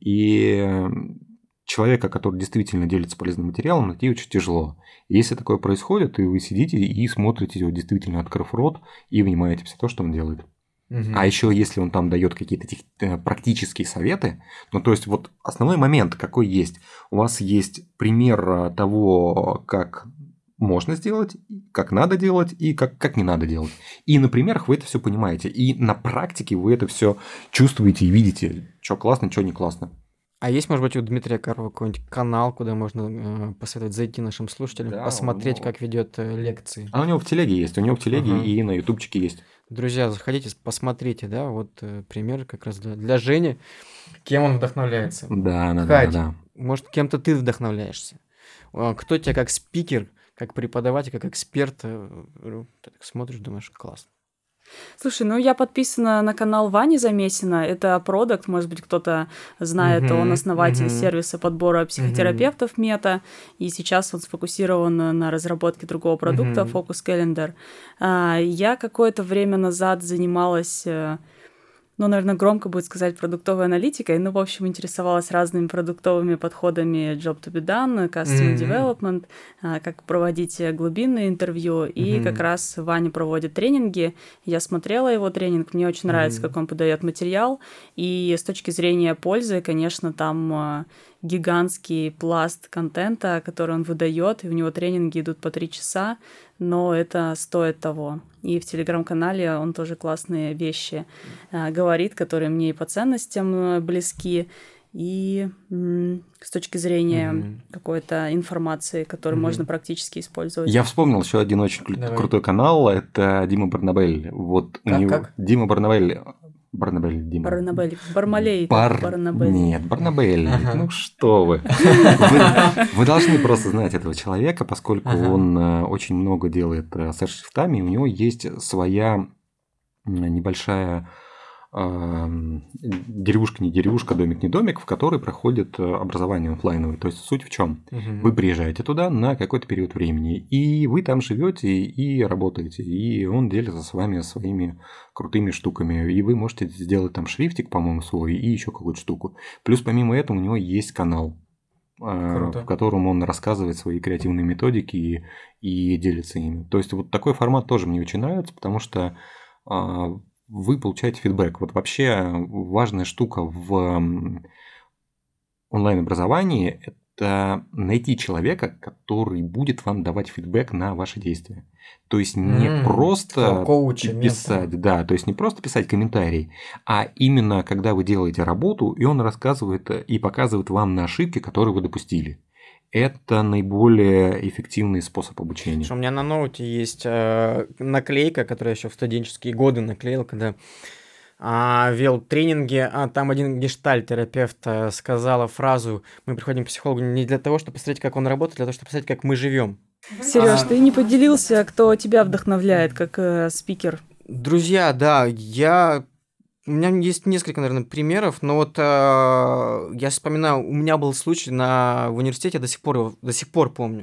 И человека, который действительно делится полезным материалом, найти очень тяжело. И если такое происходит, и вы сидите и смотрите его действительно, открыв рот, и внимаете все то, что он делает. А еще если он там дает какие-то практические советы, ну то есть вот основной момент какой есть. У вас есть пример того, как можно сделать, как надо делать и как не надо делать. И на примерах вы это все понимаете. И на практике вы это все чувствуете и видите, что классно, что не классно. А есть, может быть, у Дмитрия Карпова какой-нибудь канал, куда можно посоветовать зайти нашим слушателям, посмотреть, как ведет лекции? А у него в телеге есть. У него в телеге и на ютубчике есть. Друзья, заходите, посмотрите, да, вот пример как раз для Жени, кем он вдохновляется. Да. Кать, может, кем-то ты вдохновляешься? Кто тебя как спикер, как преподаватель, как эксперт, ты так смотришь, думаешь, классно. Слушай, я подписана на канал Вани Замесина. Это продакт, может быть, кто-то знает, он основатель сервиса подбора психотерапевтов Мета, и сейчас он сфокусирован на разработке другого продукта Focus Calendar. Я какое-то время назад занималась... наверное, громко будет сказать продуктовой аналитикой, в общем, интересовалась разными продуктовыми подходами job to be done, customer development, как проводить глубинные интервью, и как раз Ваня проводит тренинги. Я смотрела его тренинг, мне очень нравится, как он подает материал, и с точки зрения пользы, конечно, там гигантский пласт контента, который он выдает, и у него тренинги идут по 3 часа, но это стоит того. И в Телеграм-канале он тоже классные вещи говорит, которые мне и по ценностям близки, и с точки зрения какой-то информации, которую можно практически использовать. Я вспомнил еще один очень крутой канал, это Дима Барнабель. Вот у него Дима Барнабель. Барнабель. Нет, Барнабель. Ну что вы. Вы должны просто знать этого человека, поскольку он очень много делает с шрифтами, и у него есть своя небольшая деревушка не деревушка, домик не домик, в который проходит образование оффлайновое. То есть суть в чем? Вы приезжаете туда на какой-то период времени, и вы там живете и работаете, и он делится с вами своими крутыми штуками, и вы можете сделать там шрифтик, по-моему, свой, и еще какую-то штуку. Плюс помимо этого у него есть канал, в котором он рассказывает свои креативные методики и делится ими. То есть вот такой формат тоже мне очень нравится, потому что вы получаете фидбэк. Вот вообще важная штука в онлайн-образовании – это найти человека, который будет вам давать фидбэк на ваши действия. То есть не просто писать, да, то есть не просто писать комментарий, а именно когда вы делаете работу, и он рассказывает и показывает вам на ошибки, которые вы допустили. Это наиболее эффективный способ обучения. У меня на ноуте есть наклейка, которую я еще в студенческие годы наклеил, когда вел тренинги, там один гештальт-терапевт сказала фразу: мы приходим к психологу не для того, чтобы посмотреть, как он работает, а для того, чтобы посмотреть, как мы живем. Сереж, ты не поделился, кто тебя вдохновляет как спикер? Друзья, да, у меня есть несколько, наверное, примеров, но вот я вспоминаю, у меня был случай в университете, я до сих пор помню.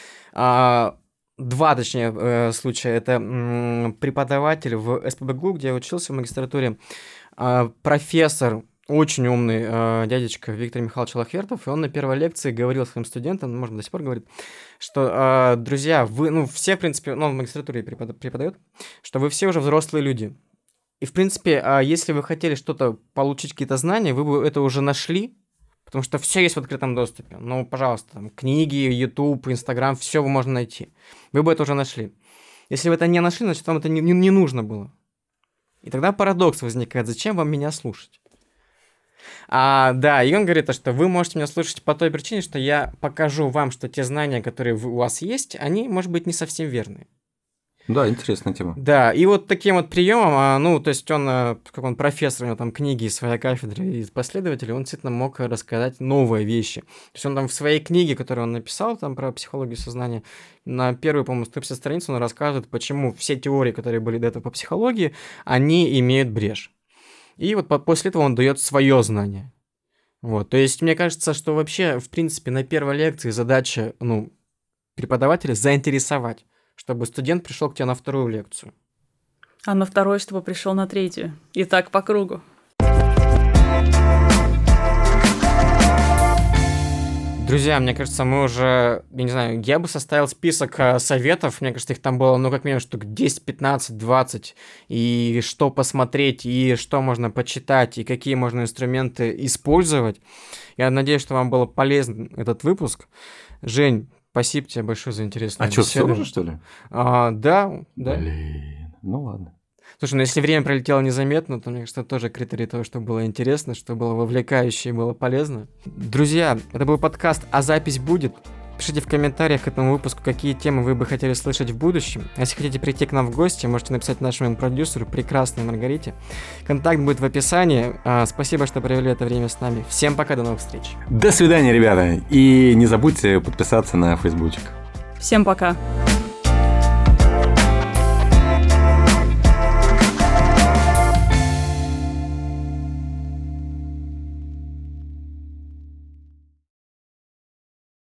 Два, точнее, случая. Это преподаватель в СПбГУ, где я учился в магистратуре, профессор, очень умный дядечка Виктор Михайлович Лахвертов, и он на первой лекции говорил своим студентам, может, до сих пор говорит, что, друзья, вы, все, в принципе, он в магистратуре преподает, что вы все уже взрослые люди. И, в принципе, если вы хотели что-то получить, какие-то знания, вы бы это уже нашли, потому что все есть в открытом доступе. Ну, пожалуйста, там, книги, YouTube, Instagram, все можно найти. Вы бы это уже нашли. Если вы это не нашли, значит, вам это не нужно было. И тогда парадокс возникает: зачем вам меня слушать? Да, и он говорит, что вы можете меня слушать по той причине, что я покажу вам, что те знания, которые у вас есть, они, может быть, не совсем верные. Да, интересная тема. Да, и вот таким вот приемом, то есть он, как он профессор, у него там книги из своей кафедры и последователи, он действительно мог рассказать новые вещи. То есть он там в своей книге, которую он написал там про психологию сознания, на первую, по-моему, 150 страниц он рассказывает, почему все теории, которые были до этого по психологии, они имеют брешь. И вот после этого он дает свое знание. Вот, то есть мне кажется, что вообще, в принципе, на первой лекции задача, преподавателя заинтересовать, чтобы студент пришел к тебе на вторую лекцию. А на второй, чтобы пришел на третью. И так по кругу. Друзья, мне кажется, мы уже, я не знаю, я бы составил список советов, мне кажется, их там было, как минимум, штук 10, 15, 20, и что посмотреть, и что можно почитать, и какие можно инструменты использовать. Я надеюсь, что вам был полезен этот выпуск. Жень, спасибо тебе большое за интересную беседу. Все уже, что ли? Да. Блин, ладно. Слушай, если время пролетело незаметно, то, мне кажется, это тоже критерий того, что было интересно, что было вовлекающе и было полезно. Друзья, это был подкаст «А запись будет?». Пишите в комментариях к этому выпуску, какие темы вы бы хотели слышать в будущем. А если хотите прийти к нам в гости, можете написать нашему продюсеру, прекрасной Маргарите. Контакт будет в описании. Спасибо, что провели это время с нами. Всем пока, до новых встреч. До свидания, ребята. И не забудьте подписаться на фейсбучик. Всем пока.